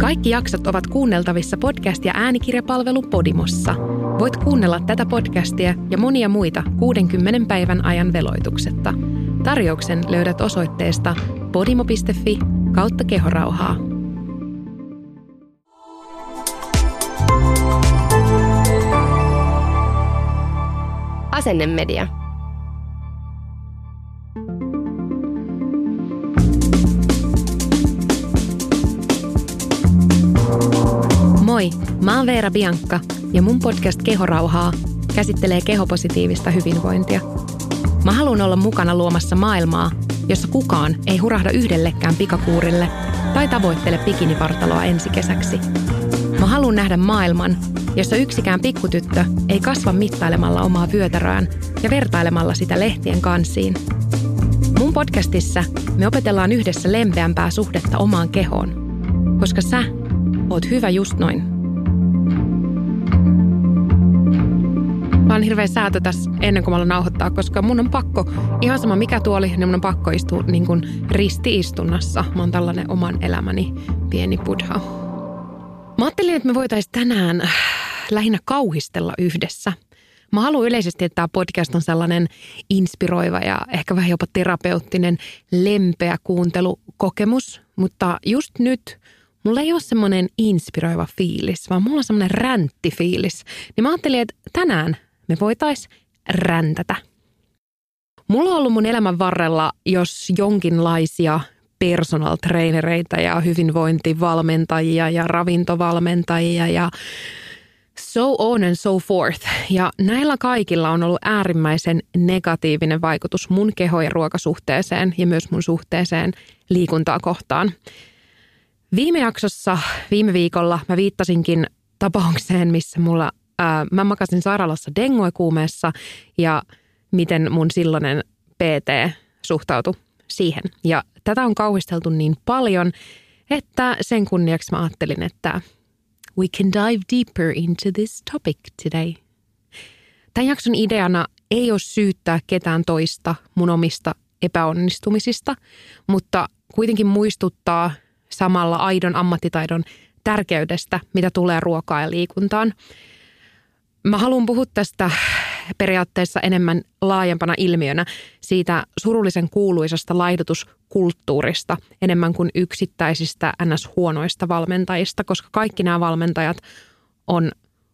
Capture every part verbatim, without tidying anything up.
Kaikki jaksot ovat kuunneltavissa podcast- ja äänikirjapalvelu Podimossa. Voit kuunnella tätä podcastia ja monia muita kuudenkymmenen päivän ajan veloituksetta. Tarjouksen löydät osoitteesta podimo piste fi kautta kehorauhaa. Asennemedia. Moi, mä oon Veera Biankka ja mun podcast Kehorauhaa käsittelee kehopositiivista hyvinvointia. Mä haluan olla mukana luomassa maailmaa, jossa kukaan ei hurahda yhdellekään pikakuurille tai tavoittele bikinivartaloa ensi kesäksi. Mä haluan nähdä maailman, jossa yksikään pikkutyttö ei kasva mittailemalla omaa vyötäröään ja vertailemalla sitä lehtien kansiin. Mun podcastissa me opetellaan yhdessä lempeämpää suhdetta omaan kehoon, koska sä oot hyvä just noin. Mä oon hirveä säätö tässä ennen kuin mä aloin nauhoittaa, koska mun on pakko, ihan sama mikä tuoli, niin mun on pakko istua niin kuin risti-istunnassa. Mä oon tällainen oman elämäni pieni buddha. Mä ajattelin, että me voitaisiin tänään lähinnä kauhistella yhdessä. Mä haluan yleisesti, että tämä podcast on sellainen inspiroiva ja ehkä vähän jopa terapeuttinen, lempeä kuuntelukokemus. Mutta just nyt mulla ei ole semmoinen inspiroiva fiilis, vaan mulla on semmoinen ränttifiilis. Niin mä ajattelin, että tänään me voitaisiin räntätä. Mulla on ollut mun elämän varrella jos jonkinlaisia personal trainereita ja hyvinvointivalmentajia ja ravintovalmentajia ja so on and so forth. Ja näillä kaikilla on ollut äärimmäisen negatiivinen vaikutus mun keho- ja ruokasuhteeseen ja myös mun suhteeseen liikuntaa kohtaan. Viime jaksossa, viime viikolla mä viittasinkin tapaukseen, missä mulla, ää, mä makasin sairaalassa dengue-kuumeessa ja miten mun silloinen P T suhtautui siihen. Ja tätä on kauhisteltu niin paljon, että sen kunniaksi mä ajattelin, että we can dive deeper into this topic today. Tämän jakson ideana ei ole syyttää ketään toista mun omista epäonnistumisista, mutta kuitenkin muistuttaa samalla aidon ammattitaidon tärkeydestä, mitä tulee ruokaan ja liikuntaan. Mä haluan puhua tästä periaatteessa enemmän laajempana ilmiönä siitä surullisen kuuluisasta laihdutuskulttuurista enemmän kuin yksittäisistä ns. Huonoista valmentajista, koska kaikki nämä valmentajat on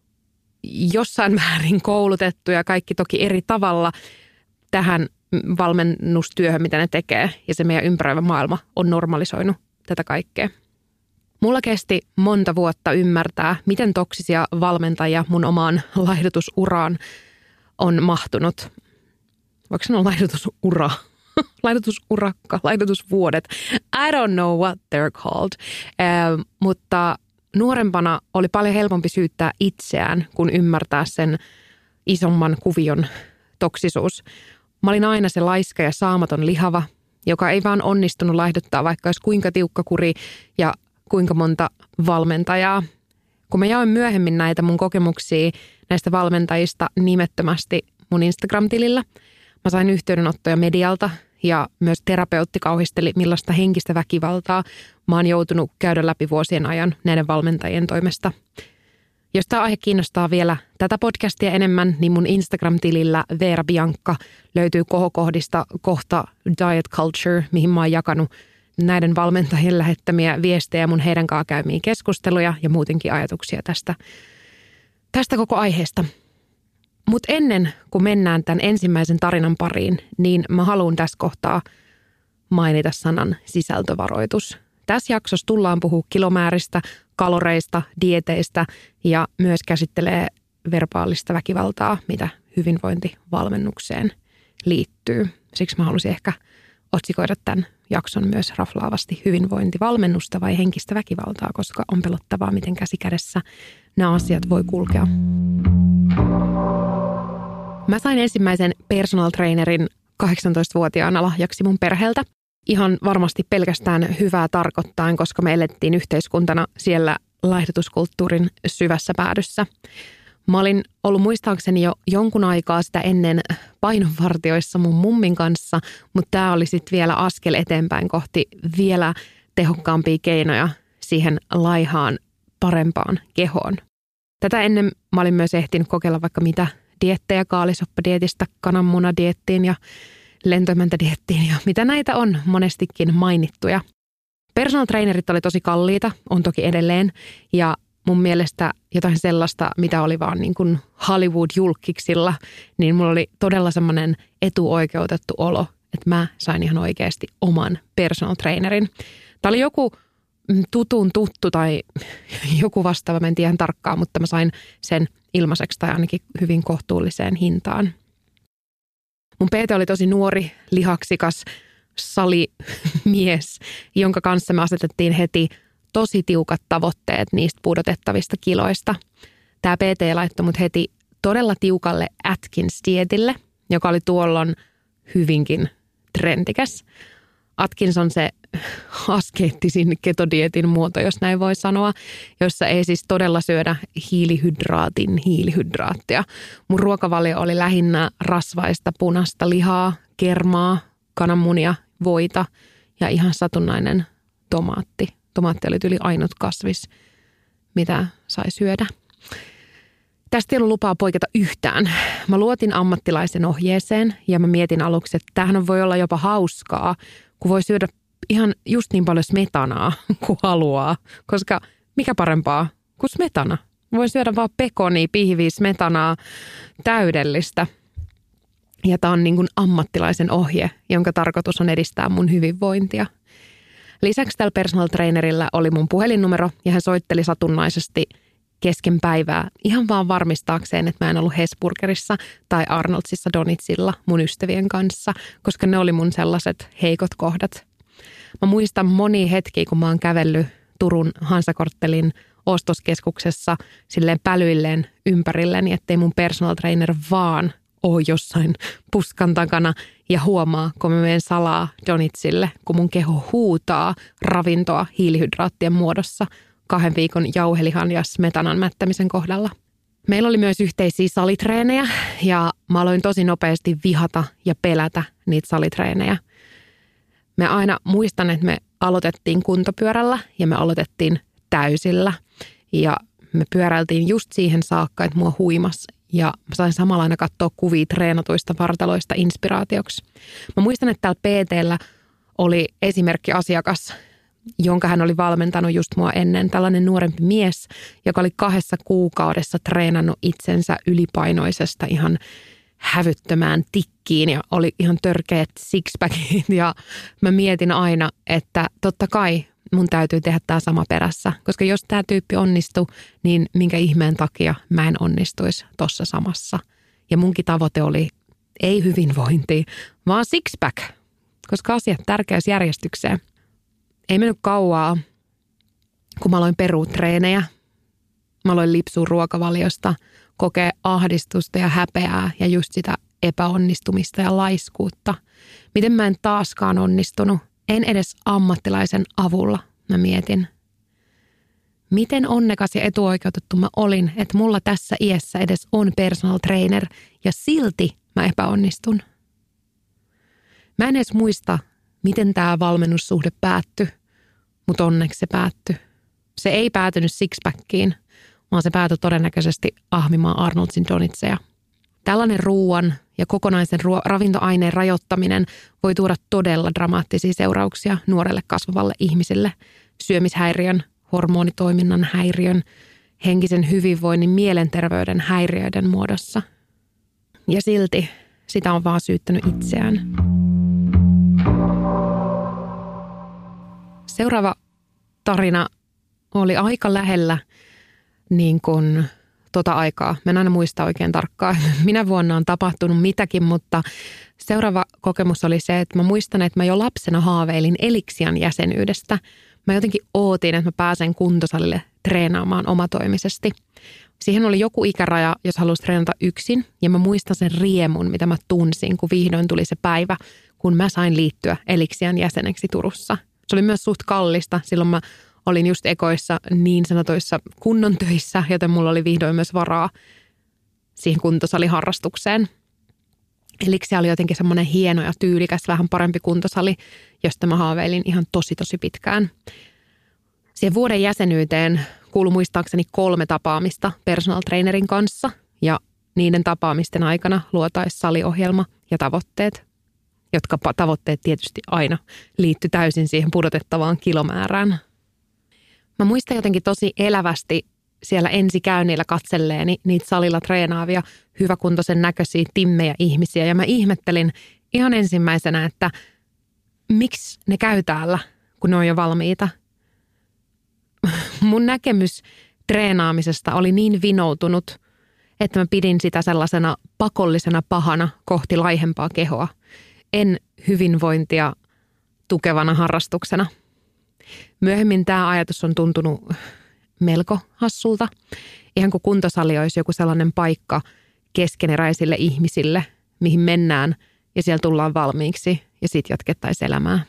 jossain määrin koulutettuja, kaikki toki eri tavalla tähän valmennustyöhön, mitä ne tekee, ja se meidän ympäröivä maailma on normalisoinut tätä kaikkea. Mulla kesti monta vuotta ymmärtää, miten toksisia valmentajia mun omaan laihdutusuraan on mahtunut. Voiko sanoa laihdutusura? Laihdutusurakka, laihdutusvuodet. I don't know what they're called. Eh, mutta nuorempana oli paljon helpompi syyttää itseään, kun ymmärtää sen isomman kuvion toksisuus. Mä olin aina se laiska ja saamaton lihava, joka ei vaan onnistunut laihduttaa, vaikka olisi kuinka tiukka kuri ja kuinka monta valmentajaa. Kun mä jaoin myöhemmin näitä mun kokemuksia näistä valmentajista nimettömästi mun Instagram-tilillä, mä sain yhteydenottoja medialta ja myös terapeutti kauhisteli, millaista henkistä väkivaltaa mä oon joutunut käydä läpi vuosien ajan näiden valmentajien toimesta. Jos tämä aihe kiinnostaa vielä tätä podcastia enemmän, niin mun Instagram-tilillä Veera Biankka löytyy kohokohdista kohta Diet Culture, mihin mä oon jakanut näiden valmentajien lähettämiä viestejä, mun heidän kanssaan käymiä keskusteluja ja muutenkin ajatuksia tästä, tästä koko aiheesta. Mutta ennen kuin mennään tämän ensimmäisen tarinan pariin, niin mä haluan tässä kohtaa mainita sanan sisältövaroitus. Tässä jaksossa tullaan puhua kilomääristä, kaloreista, dieteistä ja myös käsittelee verbaalista väkivaltaa, mitä hyvinvointivalmennukseen liittyy. Siksi mä halusin ehkä otsikoida tämän jakson myös raflaavasti hyvinvointivalmennusta vai henkistä väkivaltaa, koska on pelottavaa, miten käsikädessä nämä asiat voi kulkea. Mä sain ensimmäisen personal trainerin kahdeksantoistavuotiaana lahjaksi mun perheeltä. Ihan varmasti pelkästään hyvää tarkoittaen, koska me elettiin yhteiskuntana siellä laihdutuskulttuurin syvässä päädyssä. Mä olin ollut muistaakseni jo jonkun aikaa sitä ennen painonvartioissa mun mummin kanssa, mutta tämä oli sitten vielä askel eteenpäin kohti vielä tehokkaampia keinoja siihen laihaan, parempaan kehoon. Tätä ennen mä olin myös ehtinyt kokeilla vaikka mitä diettejä, kaalisoppadietistä, kananmunadiettiin ja lentoimäntädiettiin ja mitä näitä on monestikin mainittuja. Personal trainerit oli tosi kalliita, on toki edelleen, ja mun mielestä jotain sellaista, mitä oli vaan niin kuin Hollywood-julkiksilla, niin mulla oli todella semmoinen etuoikeutettu olo, että mä sain ihan oikeasti oman personal trainerin. Tämä oli joku tutun tuttu tai joku vastaava, mä en tiedä tarkkaan, mutta mä sain sen ilmaiseksi tai ainakin hyvin kohtuulliseen hintaan. Mun P T oli tosi nuori, lihaksikas salimies, jonka kanssa me asetettiin heti tosi tiukat tavoitteet niistä pudotettavista kiloista. Tämä P T laittoi mut heti todella tiukalle Atkins-dietille, joka oli tuolloin hyvinkin trendikäs. Atkins on se askeettisin ketodietin muoto, jos näin voi sanoa, jossa ei siis todella syödä hiilihydraatin hiilihydraattia. Mun ruokavalio oli lähinnä rasvaista punaista lihaa, kermaa, kananmunia, voita ja ihan satunnainen tomaatti. Tomaatti oli yli ainut kasvis, mitä sai syödä. Tästä ei ollut lupaa poiketa yhtään. Mä luotin ammattilaisen ohjeeseen ja mä mietin aluksi, että tämähän voi olla jopa hauskaa, kun voi syödä ihan just niin paljon smetanaa kuin haluaa. Koska mikä parempaa kuin smetana? Voi syödä vaan pekonia, pihviä, smetanaa, täydellistä. Ja tää on niin kuin ammattilaisen ohje, jonka tarkoitus on edistää mun hyvinvointia. Lisäksi tällä personal trainerilla oli mun puhelinnumero ja hän soitteli satunnaisesti kesken päivää ihan vaan varmistaakseen, että mä en ollut Hesburgerissa tai Arnoldsissa Donitsilla mun ystävien kanssa, koska ne oli mun sellaiset heikot kohdat. Mä muistan monia hetkiä, kun mä oon kävellyt Turun Hansakorttelin ostoskeskuksessa silleen pälyilleen ympärilleni, ettei mun personal trainer vaan ole jossain puskan takana ja huomaa, kun mä menen salaa Donitsille, kun mun keho huutaa ravintoa hiilihydraattien muodossa kahden viikon jauhelihan ja smetanan mättämisen kohdalla. Meillä oli myös yhteisiä salitreenejä ja mä aloin tosi nopeasti vihata ja pelätä niitä salitreenejä. Me aina muistan, että me aloitettiin kuntopyörällä ja me aloitettiin täysillä ja me pyöräiltiin just siihen saakka, että mua huimas ja mä sain samalla aina katsoa kuvia treenatuista vartaloista inspiraatioksi. Mä muistan, että täällä P T:llä oli esimerkki asiakas, jonka hän oli valmentanut just mua ennen. Tällainen nuorempi mies, joka oli kahdessa kuukaudessa treenannut itsensä ylipainoisesta ihan hävyttömään tikkiin ja oli ihan törkeät sixpackit. Ja mä mietin aina, että totta kai mun täytyy tehdä tämä sama perässä. Koska jos tämä tyyppi onnistuu, niin minkä ihmeen takia mä en onnistuisi tuossa samassa. Ja munkin tavoite oli ei hyvinvointi, vaan sixpack, koska asiat tärkeässä järjestykseen. Ei mennyt kauaa, kun mä aloin peruutreenejä. Mä aloin lipsua ruokavaliosta, kokea ahdistusta ja häpeää ja just sitä epäonnistumista ja laiskuutta. Miten mä en taaskaan onnistunut, en edes ammattilaisen avulla, mä mietin. Miten onnekas ja etuoikeutettu mä olin, että mulla tässä iässä edes on personal trainer ja silti mä epäonnistun. Mä en edes muista, miten tämä valmennussuhde päättyi, mutta onneksi se päättyi. Se ei päätynyt sixpackiin, vaan se päätyi todennäköisesti ahmimaan Arnoldsin donitseja. Tällainen ruoan ja kokonaisen ruo- ravintoaineen rajoittaminen voi tuoda todella dramaattisia seurauksia nuorelle kasvavalle ihmiselle. Syömishäiriön, hormonitoiminnan häiriön, henkisen hyvinvoinnin, mielenterveyden häiriöiden muodossa. Ja silti sitä on vaan syyttänyt itseään. Seuraava tarina oli aika lähellä niin kuin tota aikaa. Mä en aina muista oikein tarkkaan, minä vuonna on tapahtunut mitäkin, mutta seuraava kokemus oli se, että mä muistan, että mä jo lapsena haaveilin Elixian jäsenyydestä. Mä jotenkin ootin, että mä pääsen kuntosalille treenaamaan omatoimisesti. Siihen oli joku ikäraja, jos halusi treenata yksin, ja mä muistan sen riemun, mitä mä tunsin, kun vihdoin tuli se päivä, kun mä sain liittyä Elixian jäseneksi Turussa. Se oli myös suht kallista, silloin mä olin just ekoissa niin sanotuissa kunnon töissä, joten mulla oli vihdoin myös varaa siihen kuntosaliharrastukseen. Elixia oli jotenkin semmoinen hieno ja tyylikäs, vähän parempi kuntosali, josta mä haaveilin ihan tosi tosi pitkään. Siihen vuoden jäsenyyteen kuului muistaakseni kolme tapaamista personal trainerin kanssa ja niiden tapaamisten aikana luotaisiin saliohjelma ja tavoitteet, jotka tavoitteet tietysti aina liittyi täysin siihen pudotettavaan kilomäärään. Mä muistan jotenkin tosi elävästi siellä ensikäynnillä katselleeni niitä salilla treenaavia, hyväkuntoisen näköisiä timmejä ihmisiä. Ja mä ihmettelin ihan ensimmäisenä, että miksi ne käy täällä, kun ne on jo valmiita. Mun näkemys treenaamisesta oli niin vinoutunut, että mä pidin sitä sellaisena pakollisena pahana kohti laihempaa kehoa. En hyvinvointia tukevana harrastuksena. Myöhemmin tämä ajatus on tuntunut melko hassulta. Ihan kuin kuntosali olisi joku sellainen paikka keskeneräisille ihmisille, mihin mennään ja siellä tullaan valmiiksi ja sitten jatkettaisiin elämää.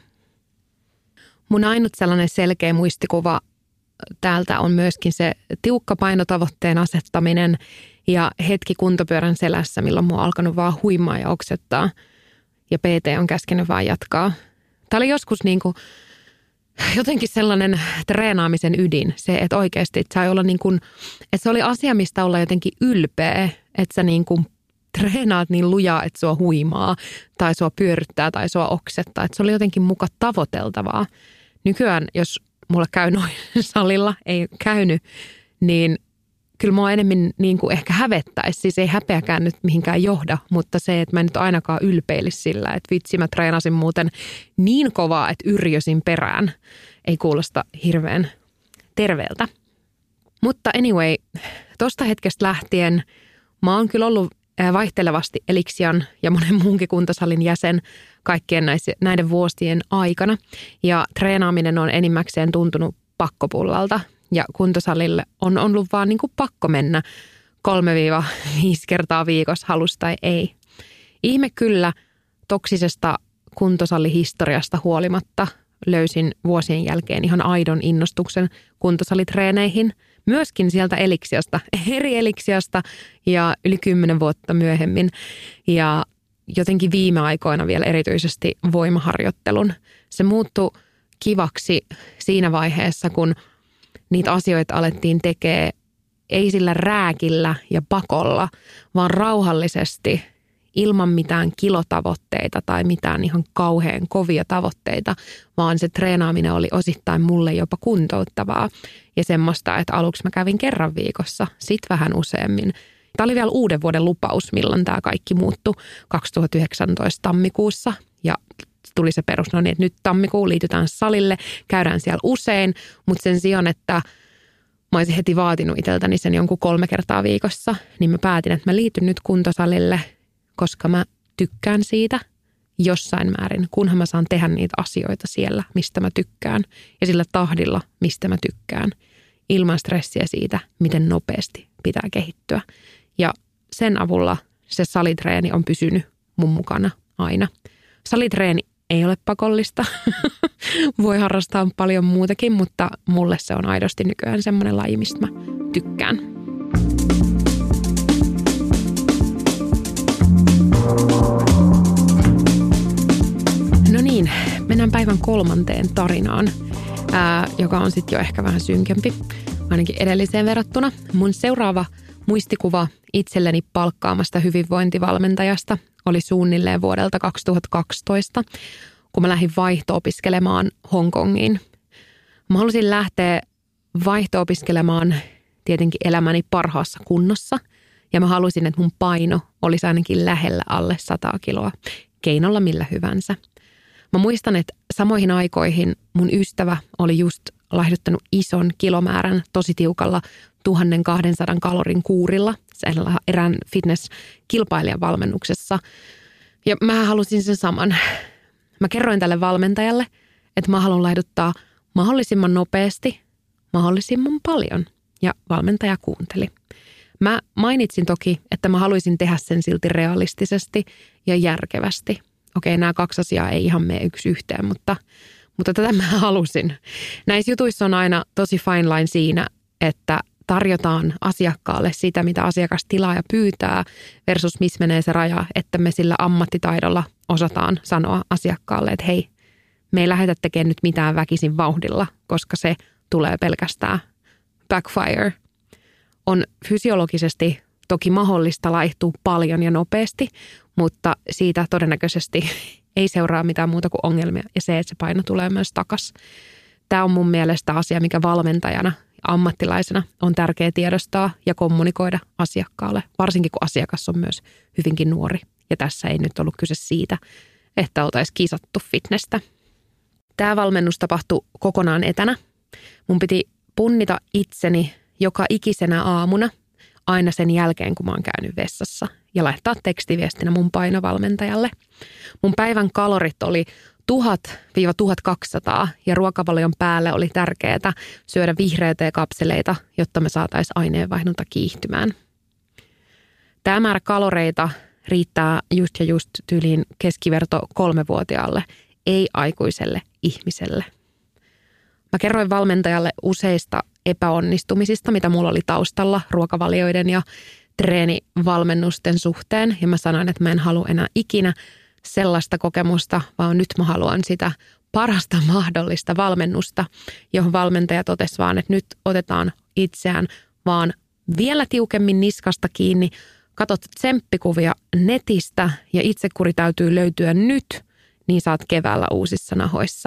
Mun ainut sellainen selkeä muistikuva täältä on myöskin se tiukka painotavoitteen asettaminen ja hetki kuntopyörän selässä, milloin mua on alkanut vaan huimaa ja oksettaa ja P T on käskenyt vaan jatkaa. Tämä oli joskus niin kuin jotenkin sellainen treenaamisen ydin, se, että oikeasti että sai olla niin kuin, että se oli asia, mistä olla jotenkin ylpeä, että sä niin kuin treenaat niin lujaa, että sua huimaa tai sua pyöryttää tai sua oksettaa, että se oli jotenkin muka tavoiteltavaa. Nykyään, jos mulla käy noin salilla, ei käynyt, niin kyllä mua enemmän niin kuin ehkä hävettäisi. Siis ei häpeäkään nyt mihinkään johda, mutta se, että mä en nyt ainakaan ylpeilisi sillä, että vitsi mä treenasin muuten niin kovaa, että yrjösin perään. Ei kuulosta hirveän terveeltä. Mutta anyway, tosta hetkestä lähtien mä oon kyllä ollut vaihtelevasti Elixian ja monen muunkin kuntosalin jäsen kaikkien näiden vuosien aikana. Ja treenaaminen on enimmäkseen tuntunut pakkopullalta. Ja kuntosalille on ollut vaan niin kuin pakko mennä kolme viisi kertaa viikossa, halus tai ei. Ihme kyllä toksisesta kuntosalihistoriasta huolimatta löysin vuosien jälkeen ihan aidon innostuksen kuntosalitreeneihin. Myöskin sieltä Elixiasta, eri Elixiasta ja yli kymmenen vuotta myöhemmin. Ja jotenkin viime aikoina vielä erityisesti voimaharjoittelun. Se muuttui kivaksi siinä vaiheessa, kun niitä asioita alettiin tekemään ei sillä rääkillä ja pakolla, vaan rauhallisesti ilman mitään kilotavoitteita tai mitään ihan kauhean kovia tavoitteita, vaan se treenaaminen oli osittain mulle jopa kuntouttavaa ja semmoista, että aluksi mä kävin kerran viikossa, sit vähän useammin. Tämä oli vielä uuden vuoden lupaus, milloin tämä kaikki muuttui kaksituhattayhdeksäntoista tammikuussa ja tuli se perus, no niin, että nyt tammikuun liitytään salille, käydään siellä usein, mutta sen sijaan, että mä olisin heti vaatinut itseltäni sen jonkun kolme kertaa viikossa, niin mä päätin, että mä liityn nyt kuntosalille, koska mä tykkään siitä jossain määrin, kunhan mä saan tehdä niitä asioita siellä, mistä mä tykkään ja sillä tahdilla, mistä mä tykkään, ilman stressiä siitä, miten nopeasti pitää kehittyä. Ja sen avulla se salitreeni on pysynyt mun mukana aina. Salitreeni ei ole pakollista. Voi harrastaa paljon muutakin, mutta mulle se on aidosti nykyään semmoinen laji, mistä mä tykkään. No niin, mennään päivän kolmanteen tarinaan, ää, joka on sitten jo ehkä vähän synkempi, ainakin edelliseen verrattuna. Mun seuraava muistikuva itselleni palkkaamasta hyvinvointivalmentajasta oli suunnilleen vuodelta kaksituhattakaksitoista, kun mä lähdin vaihto-opiskelemaan Hongkongiin. Mä halusin lähteä vaihto-opiskelemaan tietenkin elämäni parhaassa kunnossa ja mä halusin, että mun paino olisi ainakin lähellä alle sata kiloa, keinolla millä hyvänsä. Mä muistan, että samoihin aikoihin mun ystävä oli just laihduttanut ison kilomäärän tosi tiukalla tuhatkaksisataa kalorin kuurilla erään fitness-kilpailijan valmennuksessa. Ja mä halusin sen saman. Mä kerroin tälle valmentajalle, että mä haluan laihduttaa mahdollisimman nopeasti, mahdollisimman paljon. Ja valmentaja kuunteli. Mä mainitsin toki, että mä haluaisin tehdä sen silti realistisesti ja järkevästi. Okei, nämä kaksi asiaa ei ihan mene yksi yhteen, mutta, mutta tätä mä halusin. Näissä jutuissa on aina tosi fine line siinä, että tarjotaan asiakkaalle sitä, mitä asiakas tilaa ja pyytää versus missä menee se raja, että me sillä ammattitaidolla osataan sanoa asiakkaalle, että hei, me ei lähdetä tekemään nyt mitään väkisin vauhdilla, koska se tulee pelkästään backfire. On fysiologisesti toki mahdollista laihtua paljon ja nopeasti, mutta siitä todennäköisesti ei seuraa mitään muuta kuin ongelmia ja se, että se paino tulee myös takaisin. Tämä on mun mielestä asia, mikä valmentajana, ammattilaisena on tärkeää tiedostaa ja kommunikoida asiakkaalle, varsinkin kun asiakas on myös hyvinkin nuori. Ja tässä ei nyt ollut kyse siitä, että oltaisiin kisattu fitnessä. Tämä valmennus tapahtui kokonaan etänä. Mun piti punnita itseni joka ikisenä aamuna aina sen jälkeen, kun mä oon käynyt vessassa ja laittaa tekstiviestinä mun painovalmentajalle. Mun päivän kalorit oli tuhat kaksisataa ja ruokavalion päälle oli tärkeää syödä vihreitä kapseleita, jotta me saataisiin aineenvaihdunta kiihtymään. Tämä määrä kaloreita riittää just ja just tyyliin keskiverto kolmevuotiaalle, ei aikuiselle ihmiselle. Mä kerroin valmentajalle useista epäonnistumisista, mitä mulla oli taustalla ruokavalioiden ja treenivalmennusten suhteen. Ja mä sanoin, että mä en halua enää ikinä sellaista kokemusta, vaan nyt mä haluan sitä parasta mahdollista valmennusta, johon valmentaja totesi vaan, että nyt otetaan itseään vaan vielä tiukemmin niskasta kiinni. Katot tsemppikuvia netistä ja itsekuri täytyy löytyä nyt, niin saat keväällä uusissa nahoissa.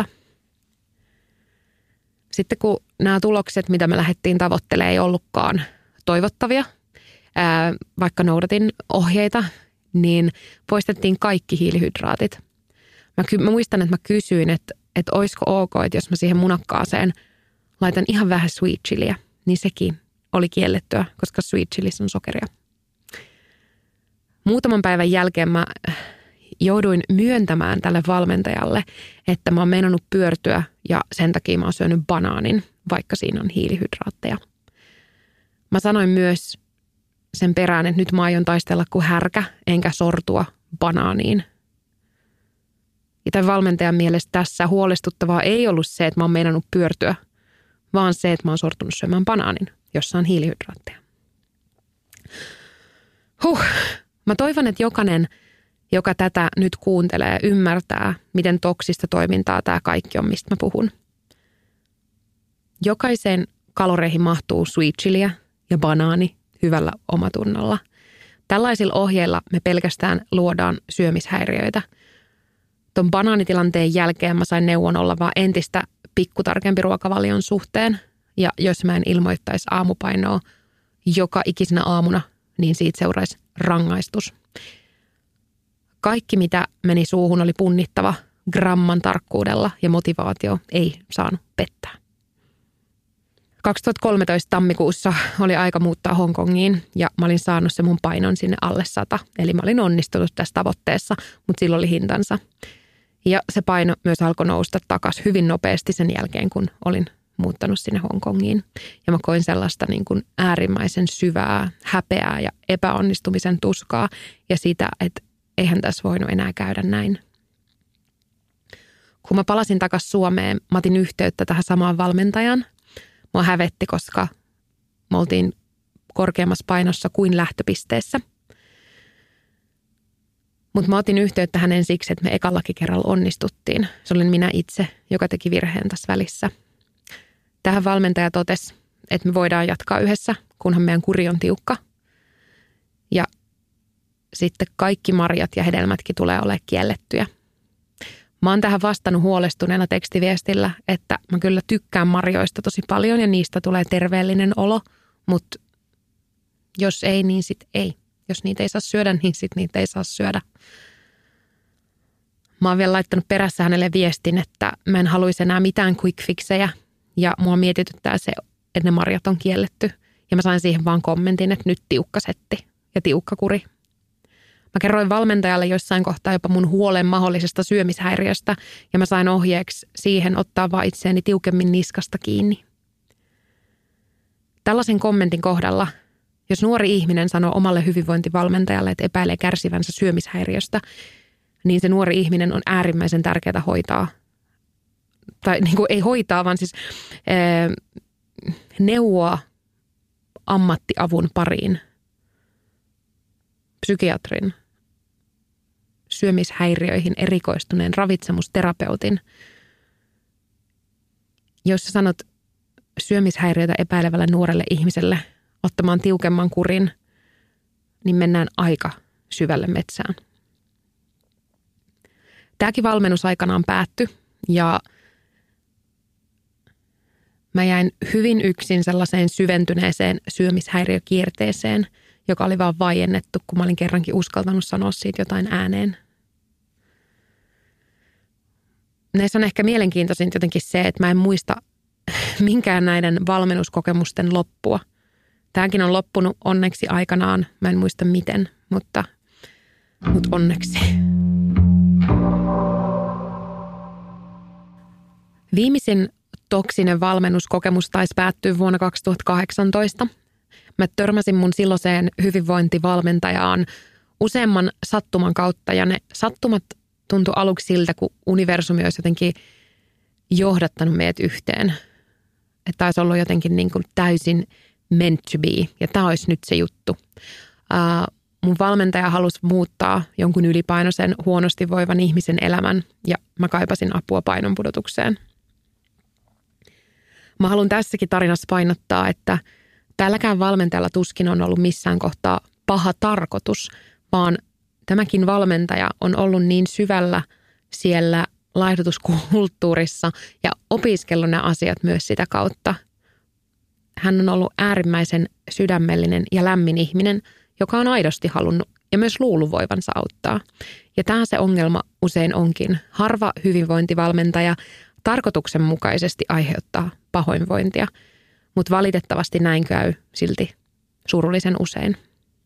Sitten kun nämä tulokset, mitä me lähdettiin tavoittelemaan, ei ollutkaan toivottavia, ää, vaikka noudatin ohjeita, niin poistettiin kaikki hiilihydraatit. Mä, ky- mä muistan, että mä kysyin, että, että olisiko ok, että jos mä siihen munakkaaseen laitan ihan vähän sweet chiliä, niin sekin oli kiellettyä, koska sweet chilissä on sokeria. Muutaman päivän jälkeen mä jouduin myöntämään tälle valmentajalle, että mä oon meinannut pyörtyä ja sen takia mä oon syönyt banaanin, vaikka siinä on hiilihydraatteja. Mä sanoin myös sen perään, että nyt mä aion taistella kuin härkä, enkä sortua banaaniin. Ja tämän valmentajan mielestä tässä huolestuttavaa ei ollut se, että mä oon meinannut pyörtyä, vaan se, että mä oon sortunut syömään banaanin, jossa on hiilihydraatteja. Huh. Mä toivon, että jokainen, joka tätä nyt kuuntelee, ymmärtää, miten toksista toimintaa tämä kaikki on, mistä mä puhun. Jokaisen kaloreihin mahtuu sweet chiliä ja banaani hyvällä omatunnolla. Tällaisilla ohjeilla me pelkästään luodaan syömishäiriöitä. Tuon banaanitilanteen jälkeen mä sain neuvon olla vaan entistä pikkutarkempi ruokavalion suhteen. Ja jos mä en ilmoittaisi aamupainoa joka ikisenä aamuna, niin siitä seuraisi rangaistus. Kaikki, mitä meni suuhun, oli punnittava gramman tarkkuudella ja motivaatio ei saanut pettää. kaksituhattakolmetoista tammikuussa oli aika muuttaa Hongkongiin ja mä olin saanut se mun painon sinne alle sata. Eli mä olin onnistunut tässä tavoitteessa, mutta sillä oli hintansa. Ja se paino myös alkoi nousta takaisin hyvin nopeasti sen jälkeen, kun olin muuttanut sinne Hongkongiin. Ja mä koin sellaista niin kuin äärimmäisen syvää häpeää ja epäonnistumisen tuskaa ja sitä, että eihän tässä voinut enää käydä näin. Kun mä palasin takaisin Suomeen, mä otin yhteyttä tähän samaan valmentajan. Mua hävetti, koska me oltiin korkeammassa painossa kuin lähtöpisteessä. Mutta mä otin yhteyttä hänen siksi, että me ekallakin kerralla onnistuttiin. Se oli minä itse, joka teki virheen tässä välissä. Tähän valmentaja totesi, että me voidaan jatkaa yhdessä, kunhan meidän kuri on tiukka. Ja sitten kaikki marjat ja hedelmätkin tulee olemaan kiellettyjä. Mä oon tähän vastannut huolestuneena tekstiviestillä, että mä kyllä tykkään marjoista tosi paljon ja niistä tulee terveellinen olo, mutta jos ei, niin sit ei. Jos niitä ei saa syödä, niin sit niitä ei saa syödä. Mä oon vielä laittanut perässä hänelle viestin, että mä en haluaisi enää mitään quick fixejä ja mua mietityttää se, että ne marjat on kielletty. Ja mä sain siihen vaan kommentin, että nyt tiukka setti ja tiukka kuri. Mä kerroin valmentajalle jossain kohtaa jopa mun huolen mahdollisesta syömishäiriöstä ja mä sain ohjeeksi siihen ottaa vaan itseäni tiukemmin niskasta kiinni. Tällaisen kommentin kohdalla, jos nuori ihminen sanoo omalle hyvinvointivalmentajalle, että epäilee kärsivänsä syömishäiriöstä, niin se nuori ihminen on äärimmäisen tärkeää hoitaa. Tai niin kuin ei hoitaa, vaan siis ee, neuvoa ammattiavun pariin. Psykiatrin, syömishäiriöihin erikoistuneen ravitsemusterapeutin. Jos sä sanot syömishäiriötä epäilevälle nuorelle ihmiselle ottamaan tiukemman kurin, niin mennään aika syvälle metsään. Tämäkin valmennus aikanaan päättyi ja mä jäin hyvin yksin sellaiseen syventyneeseen syömishäiriökierteeseen, joka oli vaan vaiennettu, kun mä olin kerrankin uskaltanut sanoa siitä jotain ääneen. Näissä on ehkä mielenkiintoisin jotenkin se, että mä en muista minkään näiden valmennuskokemusten loppua. Tämäkin on loppunut onneksi aikanaan. Mä en muista miten, mutta, mutta onneksi. Viimeisin toksinen valmennuskokemus taisi päättyä vuonna kaksituhattakahdeksantoista. Mä törmäsin mun silloiseen hyvinvointivalmentajaan useamman sattuman kautta ja ne sattumat tuntui aluksi siltä, kun universumi olisi jotenkin johdattanut meidät yhteen. Että olisi ollut jotenkin niin kuin täysin meant to be ja tämä olisi nyt se juttu. Uh, mun valmentaja halusi muuttaa jonkun ylipainoisen, huonosti voivan ihmisen elämän ja mä kaipasin apua painonpudotukseen. Mä haluan tässäkin tarinassa painottaa, että tälläkään valmentajalla tuskin on ollut missään kohtaa paha tarkoitus, vaan tämäkin valmentaja on ollut niin syvällä siellä laihdutuskulttuurissa ja opiskellut nämä asiat myös sitä kautta. Hän on ollut äärimmäisen sydämellinen ja lämmin ihminen, joka on aidosti halunnut ja myös luullut voivansa auttaa. Ja tämä se ongelma usein onkin. Harva hyvinvointivalmentaja tarkoituksenmukaisesti aiheuttaa pahoinvointia, mutta valitettavasti näin käy silti surullisen usein.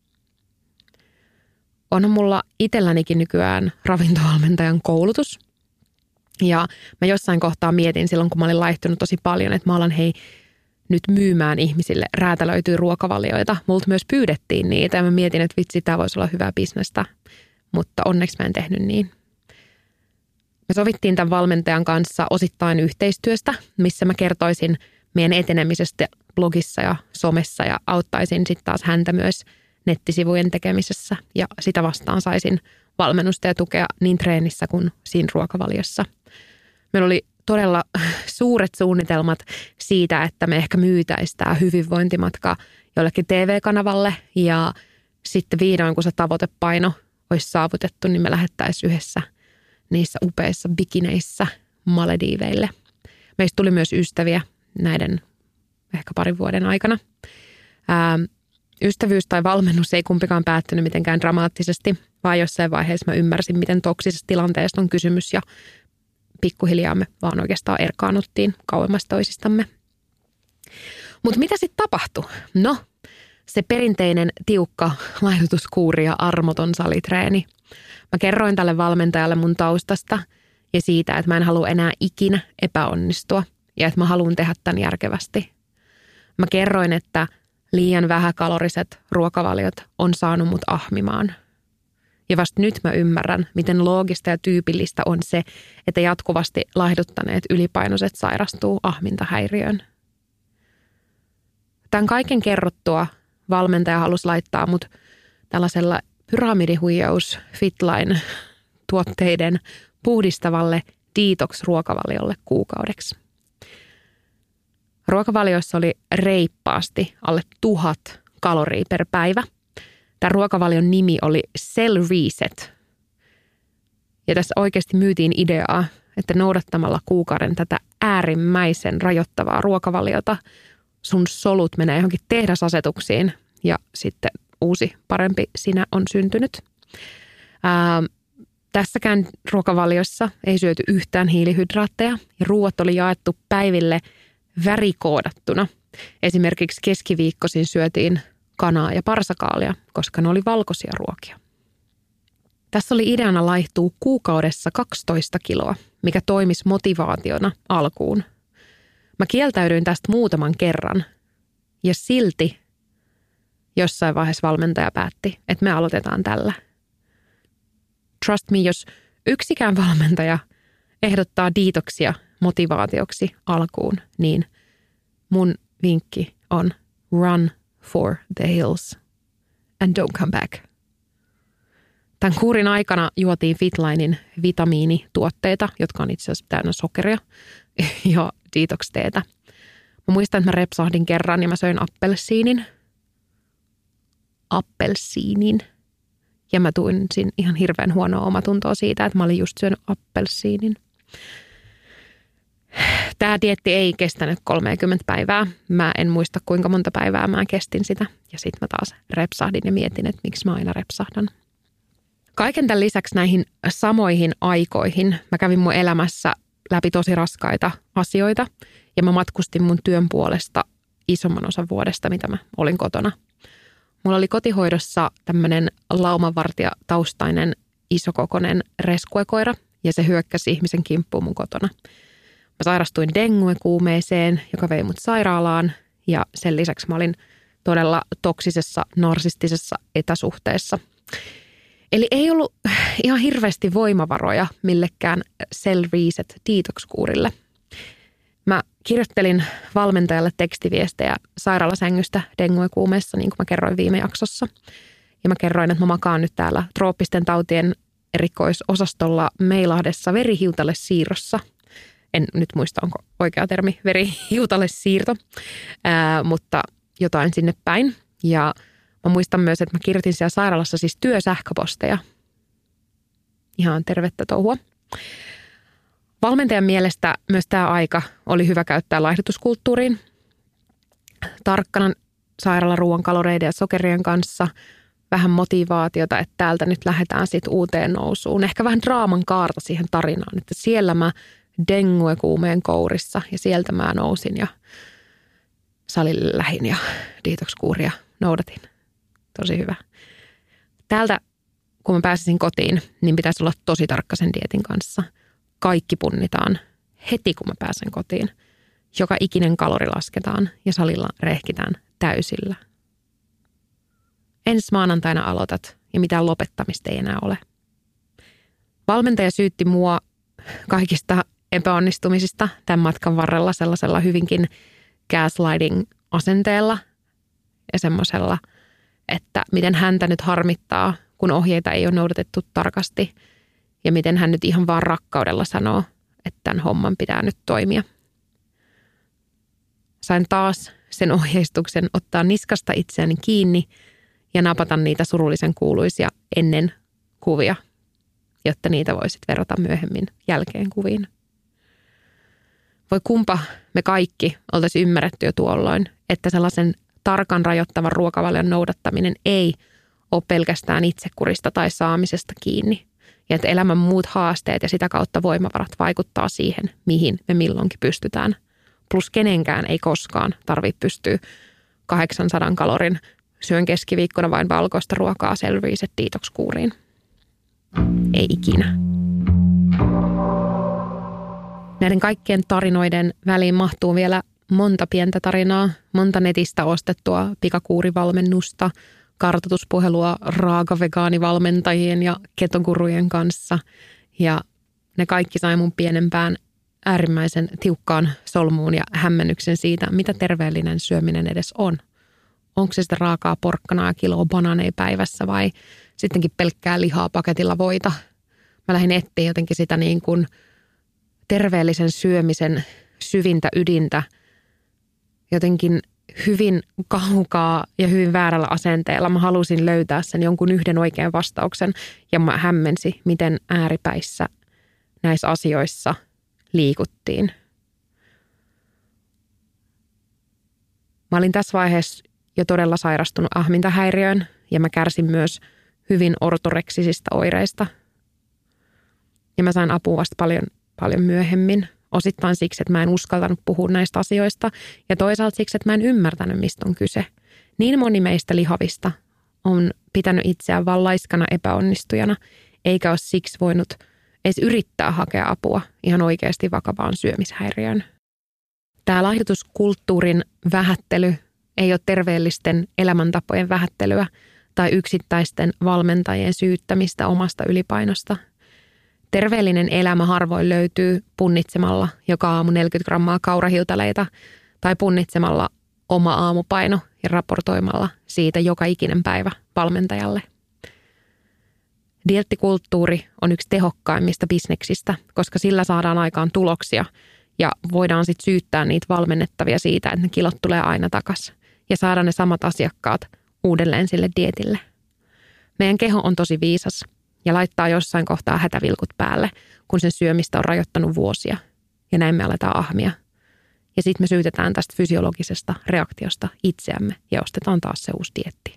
Onhan mulla itsellänikin nykyään ravintovalmentajan koulutus. Ja mä jossain kohtaa mietin silloin, kun mä olin laihtunut tosi paljon, että mä alan hei nyt myymään ihmisille räätälöityy ruokavalioita. Multa myös pyydettiin niitä ja mä mietin, että vitsi, tämä voisi olla hyvää bisnestä, mutta onneksi mä en tehnyt niin. Me sovittiin tämän valmentajan kanssa osittain yhteistyöstä, missä mä kertoisin meidän etenemisestä blogissa ja somessa ja auttaisin sitten taas häntä myös nettisivujen tekemisessä ja sitä vastaan saisin valmennusta ja tukea niin treenissä kuin siinä ruokavaliossa. Meillä oli todella suuret suunnitelmat siitä, että me ehkä myytäisiin tämä hyvinvointimatka jollekin T V-kanavalle ja sitten vihdoin, kun se tavoitepaino olisi saavutettu, niin me lähettäisiin yhdessä niissä upeissa bikineissä Malediiveille. Meistä tuli myös ystäviä näiden ehkä parin vuoden aikana. Ää, ystävyys tai valmennus ei kumpikaan päättynyt mitenkään dramaattisesti, vaan jossain vaiheessa mä ymmärsin, miten toksisesta tilanteesta on kysymys ja pikkuhiljaa me vaan oikeastaan erkaannuttiin kauemmas toisistamme. Mutta mitä sitten tapahtui? No, se perinteinen tiukka laihdutuskuuri ja armoton salitreeni. Mä kerroin tälle valmentajalle mun taustasta ja siitä, että mä en halua enää ikinä epäonnistua ja että mä haluan tehdä tämän järkevästi. Mä kerroin, että liian vähäkaloriset ruokavaliot on saanut mut ahmimaan. Ja vasta nyt mä ymmärrän, miten loogista ja tyypillistä on se, että jatkuvasti laihduttaneet ylipainoiset sairastuu ahmintahäiriöön. Tämän kaiken kerrottua valmentaja halusi laittaa mut tällaisella pyramidihuijaus Fitline tuotteiden puhdistavalle detox-ruokavaliolle kuukaudeksi. Ruokavaliossa oli reippaasti alle tuhat kaloria per päivä. Tämän ruokavalion nimi oli Cell Reset. Ja tässä oikeasti myytiin ideaa, että noudattamalla kuukauden tätä äärimmäisen rajoittavaa ruokavaliota sun solut menee johonkin tehdasasetuksiin ja sitten uusi parempi sinä on syntynyt. Ää, tässäkään ruokavaliossa ei syöty yhtään hiilihydraatteja ja ruuat oli jaettu päiville värikoodattuna. Esimerkiksi keskiviikkoisin syötiin kanaa ja parsakaalia, koska ne oli valkoisia ruokia. Tässä oli ideana laihtuu kuukaudessa kaksitoista kiloa, mikä toimisi motivaationa alkuun. Mä kieltäydyin tästä muutaman kerran ja silti jossain vaiheessa valmentaja päätti, että me aloitetaan tällä. Trust me, jos yksikään valmentaja ehdottaa diitoksia motivaatioksi alkuun, niin mun vinkki on run for the hills and don't come back. Tämän kuurin aikana juotiin Fitlinein vitamiinituotteita, jotka on itse asiassa täynnä sokeria ja detox-teetä. Mä muistan, että mä repsahdin kerran ja mä söin appelsiinin. Appelsiinin. Ja mä tunsin ihan hirveän huonoa omatuntoa siitä, että mä olin just syönyt appelsiinin. Tämä dieetti ei kestänyt kolmekymmentä päivää. Mä en muista, kuinka monta päivää mä kestin sitä. Ja sitten mä taas repsahdin ja mietin, että miksi mä aina repsahdan. Kaiken tämän lisäksi näihin samoihin aikoihin mä kävin mun elämässä läpi tosi raskaita asioita. Ja mä matkustin mun työn puolesta isomman osan vuodesta, mitä mä olin kotona. Mulla oli kotihoidossa tämmöinen laumanvartijataustainen isokokoinen reskuekoira ja se hyökkäsi ihmisen kimppuun mun kotona. Mä sairastuin dengue-kuumeeseen, joka vei mut sairaalaan ja sen lisäksi mä olin todella toksisessa, narsistisessa etäsuhteessa. Eli ei ollut ihan hirveästi voimavaroja millekään Cell Reset detox-kuurille. Mä kirjoittelin valmentajalle tekstiviestejä sairaalasängystä dengue-kuumeessa, niin kuin mä kerroin viime jaksossa. Ja mä kerroin, että mä makaan nyt täällä trooppisten tautien erikoisosastolla Meilahdessa verihiutalle siirrossa. En nyt muista, onko oikea termi verihiutalle siirto, ää, mutta jotain sinne päin. Ja mä muistan myös, että mä kirjoitin siellä sairaalassa siis työsähköposteja. Ihan tervettä touhua. Valmentajan mielestä myös tämä aika oli hyvä käyttää laihdutuskulttuuriin. Tarkkana sairaalaruuan kaloreiden ja sokerien kanssa, vähän motivaatiota, että täältä nyt lähdetään sitten uuteen nousuun. Ehkä vähän draaman kaarta siihen tarinaan, että siellä mä dengue-kuumeen kourissa ja sieltä mä nousin ja salille lähin ja detox-kuuria noudatin. Tosi hyvä. Täältä, kun mä pääsisin kotiin, niin pitäisi olla tosi tarkka sen dieetin kanssa. Kaikki punnitaan heti, kun mä pääsen kotiin. Joka ikinen kalori lasketaan ja salilla rehkitään täysillä. Ensi maanantaina aloitat ja mitään lopettamista ei enää ole. Valmentaja syytti mua kaikista epäonnistumisista tämän matkan varrella sellaisella hyvinkin gaslighting-asenteella ja semmoisella, että miten häntä nyt harmittaa, kun ohjeita ei ole noudatettu tarkasti ja miten hän nyt ihan vaan rakkaudella sanoo, että tämän homman pitää nyt toimia. Sain taas sen ohjeistuksen ottaa niskasta itseäni kiinni ja napata niitä surullisen kuuluisia ennen kuvia, jotta niitä voisit verrata myöhemmin jälkeen kuviin. Voi kumpa me kaikki oltaisiin ymmärretty jo tuolloin, että sellaisen tarkan rajoittavan ruokavalion noudattaminen ei ole pelkästään itsekurista tai saamisesta kiinni. Ja että elämän muut haasteet ja sitä kautta voimavarat vaikuttaa siihen, mihin me milloinkin pystytään. Plus kenenkään ei koskaan tarvitse pystyä kahdeksansadan kalorin syön keskiviikkona vain valkoista ruokaa Cell Reset detox-kuuriin. Ei ikinä. Näiden kaikkien tarinoiden väliin mahtuu vielä monta pientä tarinaa, monta netistä ostettua pikakuurivalmennusta, kartoituspuhelua raaka-vegaanivalmentajien ja ketogurujen kanssa. Ja ne kaikki sai mun pienempään äärimmäisen tiukkaan solmuun ja hämmennyksen siitä, mitä terveellinen syöminen edes on. Onko se sitä raakaa porkkanaa ja kiloa banaaneja päivässä vai sittenkin pelkkää lihaa paketilla voita. Mä lähdin etsiä jotenkin sitä niin kuin terveellisen syömisen syvintä ydintä jotenkin hyvin kaukaa ja hyvin väärällä asenteella. Mä halusin löytää sen jonkun yhden oikean vastauksen ja mä hämmensi, miten ääripäissä näissä asioissa liikuttiin. Mä olin tässä vaiheessa jo todella sairastunut ahmintahäiriöön ja mä kärsin myös hyvin ortoreksisistä oireista. Ja mä sain apua vasta paljon, paljon myöhemmin. Osittain siksi, että mä en uskaltanut puhua näistä asioista ja toisaalta siksi, että mä en ymmärtänyt, mistä on kyse. Niin moni meistä lihavista on pitänyt itseään vaan laiskana epäonnistujana, eikä ole siksi voinut edes yrittää hakea apua ihan oikeasti vakavaan syömishäiriöön. Tämä laihdutuskulttuurin vähättely ei ole terveellisten elämäntapojen vähättelyä tai yksittäisten valmentajien syyttämistä omasta ylipainosta. Terveellinen elämä harvoin löytyy punnitsemalla joka aamu neljäkymmentä grammaa kaurahiutaleita tai punnitsemalla oma aamupaino ja raportoimalla siitä joka ikinen päivä valmentajalle. Dieettikulttuuri on yksi tehokkaimmista bisneksistä, koska sillä saadaan aikaan tuloksia Ja voidaan sitten syyttää niitä valmennettavia siitä, että ne kilot tulee aina takaisin ja saada ne samat asiakkaat uudelleen sille dietille. Meidän keho on tosi viisas ja laittaa jossain kohtaa hätävilkut päälle, kun sen syömistä on rajoittanut vuosia. Ja näin me aletaan ahmia. Ja sitten me syytetään tästä fysiologisesta reaktiosta itseämme ja ostetaan taas se uusi dieetti.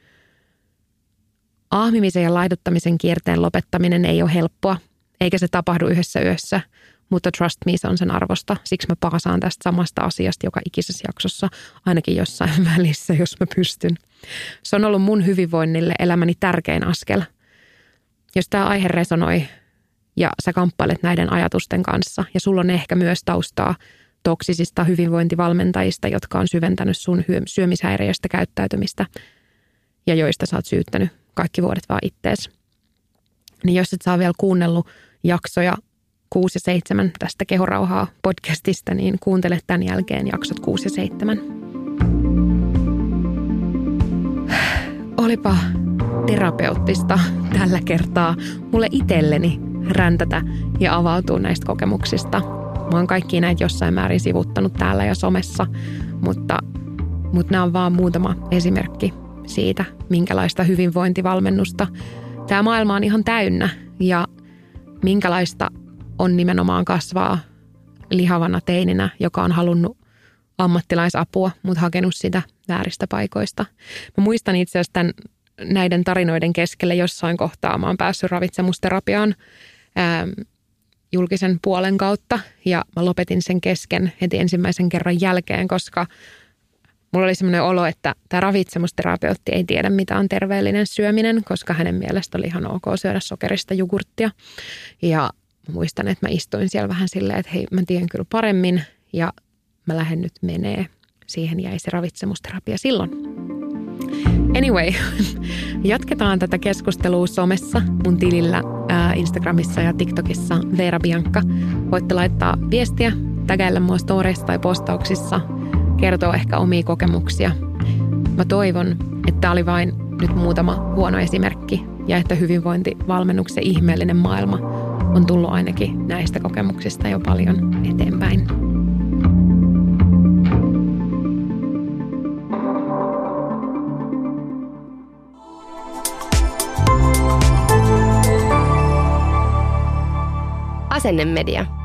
Ahmimisen ja laiduttamisen kierteen lopettaminen ei ole helppoa, eikä se tapahdu yhdessä yössä, mutta trust me, se on sen arvosta. Siksi mä paasaan tästä samasta asiasta joka ikisessä jaksossa, ainakin jossain välissä, jos mä pystyn. Se on ollut mun hyvinvoinnille elämäni tärkein askel. Jos tämä aihe resonoi ja sä kamppailet näiden ajatusten kanssa ja sulla on ehkä myös taustaa toksisista hyvinvointivalmentajista, jotka on syventänyt sun syömishäiriöistä käyttäytymistä ja joista sä oot syyttänyt kaikki vuodet vaan ittees. Niin jos et saa vielä kuunnellut jaksoja kuusi ja seitsemän tästä Kehorauhaa podcastista, niin kuuntele tämän jälkeen jaksot kuusi ja seitsemän. Olipa terapeuttista tällä kertaa mulle itselleni räntätä ja avautua näistä kokemuksista. Mä oon kaikki näitä jossain määrin sivuttanut täällä ja somessa, mutta, mutta nämä on vaan muutama esimerkki siitä, minkälaista hyvinvointivalmennusta tämä maailma on ihan täynnä ja minkälaista on nimenomaan kasvaa lihavana teininä, joka on halunnut ammattilaisapua, mutta hakenut sitä vääristä paikoista. Mä muistan itse asiassa tämän, näiden tarinoiden keskelle jossain kohtaa. Mä oon päässyt ravitsemusterapiaan ää, julkisen puolen kautta ja mä lopetin sen kesken heti ensimmäisen kerran jälkeen, koska mulla oli semmoinen olo, että tämä ravitsemusterapeutti ei tiedä, mitä on terveellinen syöminen, koska hänen mielestä oli ihan ok syödä sokerista jogurttia. Ja muistan, että mä istuin siellä vähän silleen, että hei, mä tiedän kyllä paremmin ja mä lähden nyt menee. Siihen jäi se ravitsemusterapia silloin. Anyway, jatketaan tätä keskustelua somessa mun tilillä ää, Instagramissa ja TikTokissa Veera Bianca. Voitte laittaa viestiä, tägäillä mua storeissa tai postauksissa, kertoo ehkä omia kokemuksia. Mä toivon, että tää oli vain nyt muutama huono esimerkki ja että hyvinvointivalmennuksen ihmeellinen maailma on tullut ainakin näistä kokemuksista jo paljon eteenpäin. Asenne Media.